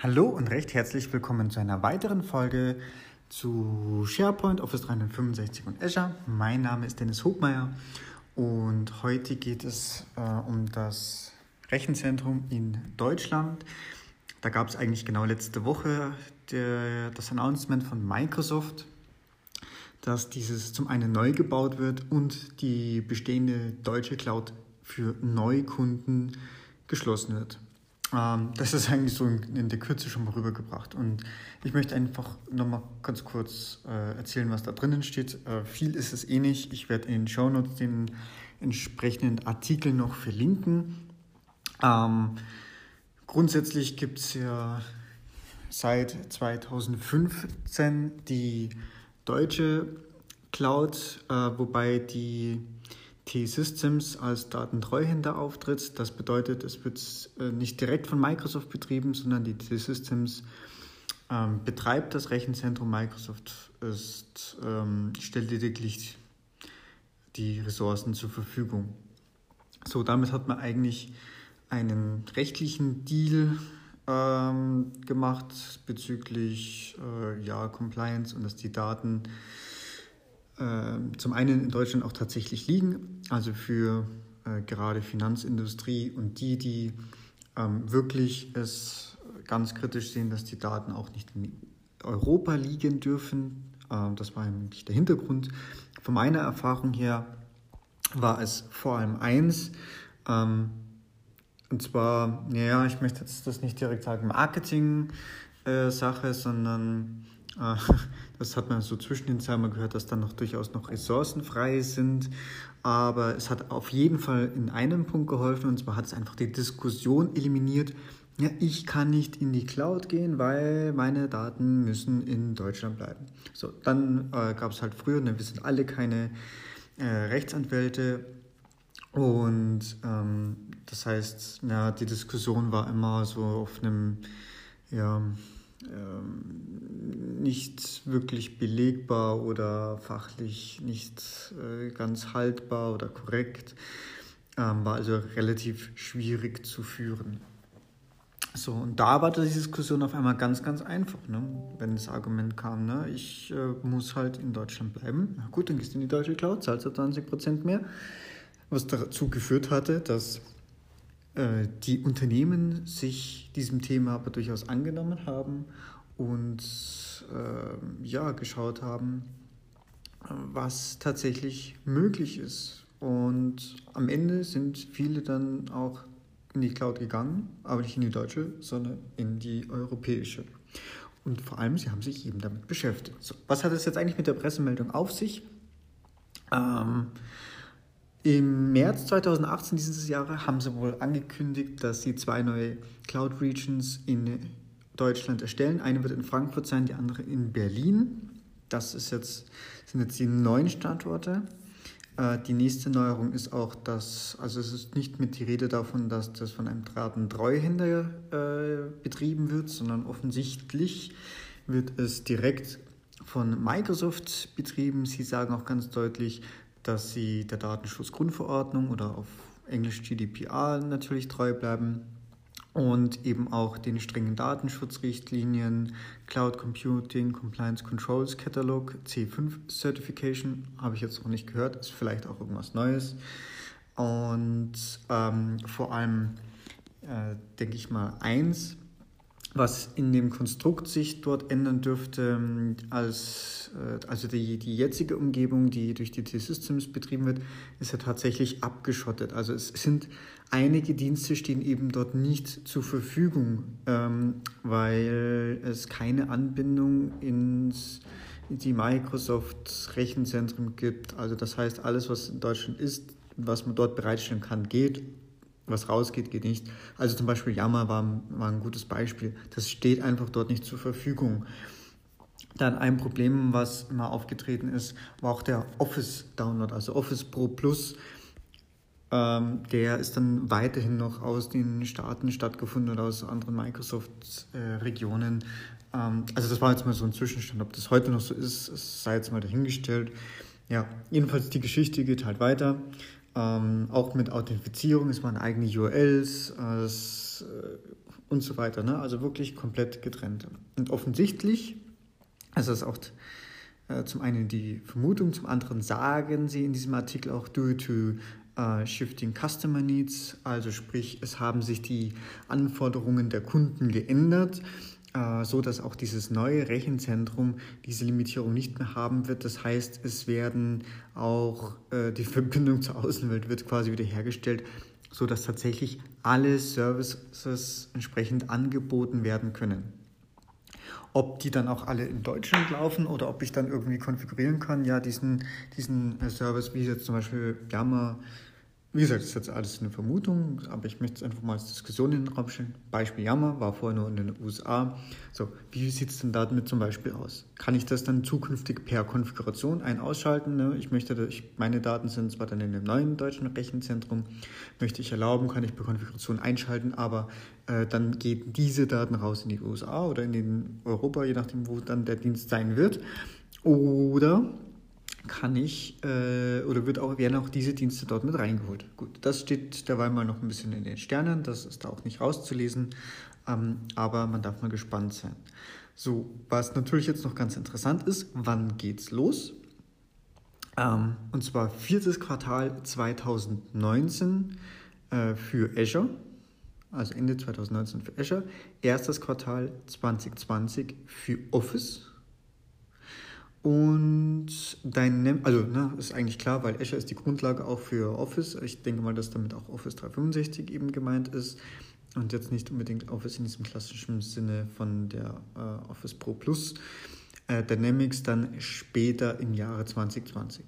Hallo und recht herzlich willkommen zu einer weiteren Folge zu SharePoint, Office 365 und Azure. Mein Name ist Dennis Hogmeier und heute geht es um das Rechenzentrum in Deutschland. Da gab es eigentlich genau letzte Woche das Announcement von Microsoft, dass dieses zum einen neu gebaut wird und die bestehende deutsche Cloud für Neukunden geschlossen wird. Das ist eigentlich so in der Kürze schon mal rübergebracht. Und ich möchte einfach nochmal ganz kurz erzählen, was da drinnen steht. Viel ist es eh nicht. Ich werde in den Shownotes den entsprechenden Artikel noch verlinken. Grundsätzlich gibt es ja seit 2015 die deutsche Cloud, wobei die T-Systems als Datentreuhänder auftritt. Das bedeutet, es wird nicht direkt von Microsoft betrieben, sondern die T-Systems betreibt das Rechenzentrum. Microsoft stellt lediglich die Ressourcen zur Verfügung. So, damit hat man eigentlich einen rechtlichen Deal gemacht bezüglich Compliance und dass die Daten zum einen in Deutschland auch tatsächlich liegen, also für gerade Finanzindustrie und die wirklich es ganz kritisch sehen, dass die Daten auch nicht in Europa liegen dürfen. Das war eigentlich der Hintergrund. Von meiner Erfahrung her war es vor allem eins, und zwar, ich möchte jetzt das nicht direkt sagen Marketing-Sache, sondern das hat man so zwischen den Zeilen mal gehört, dass dann noch durchaus noch Ressourcen frei sind. Aber es hat auf jeden Fall in einem Punkt geholfen, und zwar hat es einfach die Diskussion eliminiert. Ja, ich kann nicht in die Cloud gehen, weil meine Daten müssen in Deutschland bleiben. So, dann gab es halt früher, wir sind alle keine Rechtsanwälte. Und das heißt, die Diskussion war immer so auf einem nicht wirklich belegbar oder fachlich nicht ganz haltbar oder korrekt, war also relativ schwierig zu führen. So, und da war die Diskussion auf einmal ganz, ganz einfach, wenn das Argument kam, ich muss halt in Deutschland bleiben. Na gut, dann gehst du in die deutsche Cloud, zahlst du 20% mehr, was dazu geführt hatte, dass die Unternehmen sich diesem Thema aber durchaus angenommen haben und geschaut haben, was tatsächlich möglich ist. Und am Ende sind viele dann auch in die Cloud gegangen, aber nicht in die deutsche, sondern in die europäische. Und vor allem, sie haben sich eben damit beschäftigt. So, was hat es jetzt eigentlich mit der Pressemeldung auf sich? Im März 2018 dieses Jahres haben sie wohl angekündigt, dass sie 2 neue Cloud Regions in Deutschland erstellen. Eine wird in Frankfurt sein, die andere in Berlin. Sind jetzt die neuen Standorte. Die nächste Neuerung ist auch, es ist nicht mit die Rede davon, dass das von einem Datentreuhänder betrieben wird, sondern offensichtlich wird es direkt von Microsoft betrieben. Sie sagen auch ganz deutlich, dass sie der Datenschutzgrundverordnung oder auf Englisch GDPR natürlich treu bleiben und eben auch den strengen Datenschutzrichtlinien, Cloud Computing, Compliance Controls Catalog, C5 Certification, habe ich jetzt noch nicht gehört, ist vielleicht auch irgendwas Neues. Und vor allem denke ich mal eins, was in dem Konstrukt sich dort ändern dürfte, also die jetzige Umgebung, die durch die T-Systems betrieben wird, ist ja tatsächlich abgeschottet. Also es sind einige Dienste stehen eben dort nicht zur Verfügung, weil es keine Anbindung in die Microsoft-Rechenzentren gibt. Also das heißt, alles, was in Deutschland ist, was man dort bereitstellen kann, geht. Was rausgeht, geht nicht. Also zum Beispiel Yammer war ein gutes Beispiel. Das steht einfach dort nicht zur Verfügung. Dann ein Problem, was mal aufgetreten ist, war auch der Office-Download, also Office Pro Plus. Der ist dann weiterhin noch aus den Staaten stattgefunden oder aus anderen Microsoft-Regionen. Also das war jetzt mal so ein Zwischenstand. Ob das heute noch so ist, sei jetzt mal dahingestellt. Ja, jedenfalls die Geschichte geht halt weiter. Auch mit Authentifizierung, es waren eigene URLs, und so weiter. Ne? Also wirklich komplett getrennt. Und offensichtlich, also das ist auch zum einen die Vermutung, zum anderen sagen sie in diesem Artikel auch due to shifting customer needs, also sprich, es haben sich die Anforderungen der Kunden geändert, so dass auch dieses neue Rechenzentrum diese Limitierung nicht mehr haben wird. Das heißt, es werden auch die Verbindung zur Außenwelt wird quasi wiederhergestellt, so dass tatsächlich alle Services entsprechend angeboten werden können. Ob die dann auch alle in Deutschland laufen oder ob ich dann irgendwie konfigurieren kann, ja, diesen Service, wie jetzt zum Beispiel Yammer. Wie gesagt, das ist jetzt alles eine Vermutung, aber ich möchte es einfach mal als Diskussion in den Raum stellen. Beispiel Yammer war vorher nur in den USA. So, wie sieht es denn damit zum Beispiel aus? Kann ich das dann zukünftig per Konfiguration ausschalten? Ne? Meine Daten sind zwar dann in dem neuen deutschen Rechenzentrum, möchte ich erlauben, kann ich per Konfiguration einschalten, aber dann gehen diese Daten raus in die USA oder in den Europa, je nachdem, wo dann der Dienst sein wird. Oder werden auch diese Dienste dort mit reingeholt. Gut, das steht derweil mal noch ein bisschen in den Sternen, das ist da auch nicht rauszulesen, aber man darf mal gespannt sein. So, was natürlich jetzt noch ganz interessant ist, wann geht's los? Und zwar 4. Quartal 2019 für Azure, also Ende 2019 für Azure, 1. Quartal 2020 für Office. Und ist eigentlich klar, weil Azure ist die Grundlage auch für Office. Ich denke mal, dass damit auch Office 365 eben gemeint ist und jetzt nicht unbedingt Office in diesem klassischen Sinne von der Office Pro Plus. Dynamics dann später im Jahre 2020.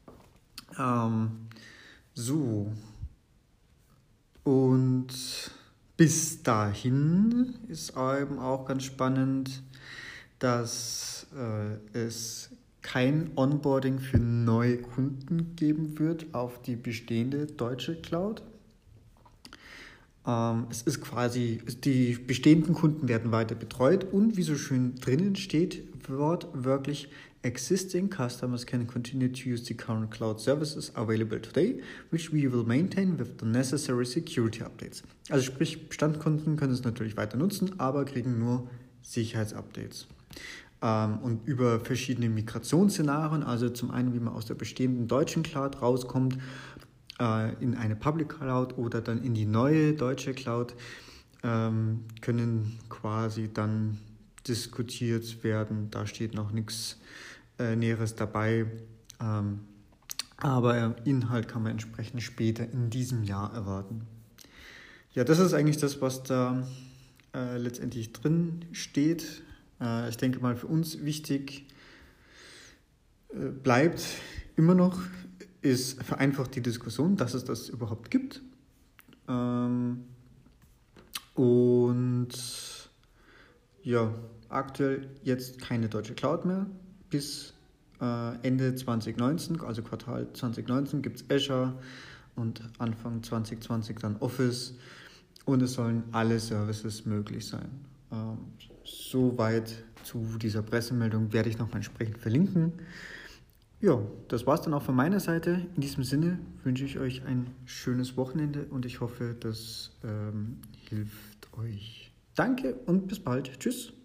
Und bis dahin ist eben auch ganz spannend, dass es kein Onboarding für neue Kunden geben wird auf die bestehende deutsche Cloud. Es ist quasi, die bestehenden Kunden werden weiter betreut und wie so schön drinnen steht, wortwörtlich existing customers can continue to use the current cloud services available today, which we will maintain with the necessary security updates. Also sprich, Bestandskunden können es natürlich weiter nutzen, aber kriegen nur Sicherheitsupdates. Und über verschiedene Migrationsszenarien, also zum einen, wie man aus der bestehenden deutschen Cloud rauskommt, in eine Public Cloud oder dann in die neue deutsche Cloud, können quasi dann diskutiert werden. Da steht noch nichts Näheres dabei, aber Inhalt kann man entsprechend später in diesem Jahr erwarten. Ja, das ist eigentlich das, was da letztendlich drin steht. Ich denke mal, für uns wichtig bleibt immer noch, ist vereinfacht die Diskussion, dass es das überhaupt gibt. Und ja, aktuell jetzt keine deutsche Cloud mehr. Bis Ende 2019, also Quartal 2019, gibt es Azure und Anfang 2020 dann Office. Und es sollen alle Services möglich sein. Soweit zu dieser Pressemeldung werde ich noch mal entsprechend verlinken. Ja, das war es dann auch von meiner Seite. In diesem Sinne wünsche ich euch ein schönes Wochenende und ich hoffe, das hilft euch. Danke und bis bald. Tschüss.